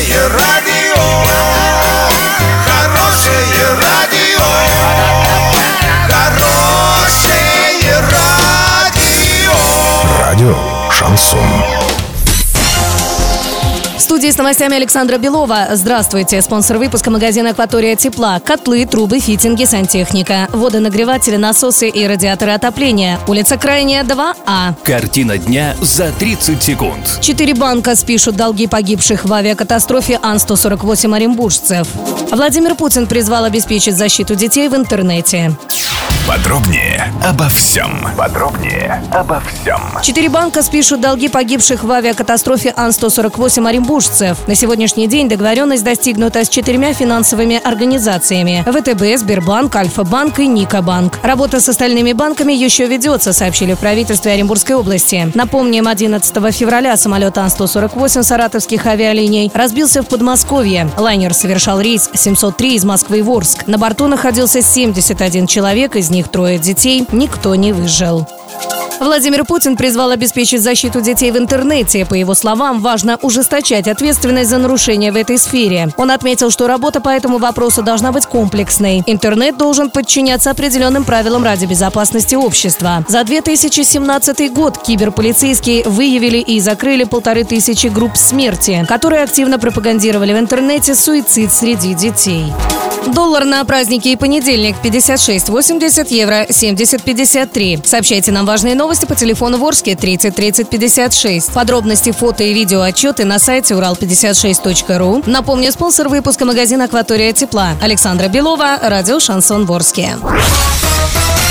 Хорошее радио, хорошее радио, хорошее радио. Радио «Шансон». В студии с новостями Александра Белова. Здравствуйте. Спонсор выпуска — магазин «Акватория тепла». Котлы, трубы, фитинги, сантехника. Водонагреватели, насосы и радиаторы отопления. Улица Крайняя, 2А. Картина дня за 30 секунд. 4 банка спишут долги погибших в авиакатастрофе Ан-148 оренбуржцев. Владимир Путин призвал обеспечить защиту детей в интернете. Подробнее обо всем. 4 банка спишут долги погибших в авиакатастрофе Ан-148 оренбуржцев. На сегодняшний день договоренность достигнута с 4 финансовыми организациями: ВТБ, Сбербанк, Альфа-банк и Никобанк. Работа с остальными банками еще ведется, сообщили в правительстве Оренбургской области. Напомним, 11 февраля самолет Ан-148 саратовских авиалиний разбился в Подмосковье. Лайнер совершал рейс 703 из Москвы в Орск. На борту находился 71 человек, из них 3 детей. Никто не выжил. Владимир Путин призвал обеспечить защиту детей в интернете. По его словам, важно ужесточать ответственность за нарушения в этой сфере. Он отметил, что работа по этому вопросу должна быть комплексной. Интернет должен подчиняться определенным правилам ради безопасности общества. За 2017 год киберполицейские выявили и закрыли 1500 групп смерти, которые активно пропагандировали в интернете суицид среди детей. Доллар на праздники и понедельник 56,80, евро 70,53. Сообщайте нам важные новости по телефону в Орске 30 30 56. Подробности, фото и видео отчеты на сайте урал56.ру. Напомню, спонсор выпуска — магазин «Акватория тепла». Александра Белова, радио «Шансон» в Орске.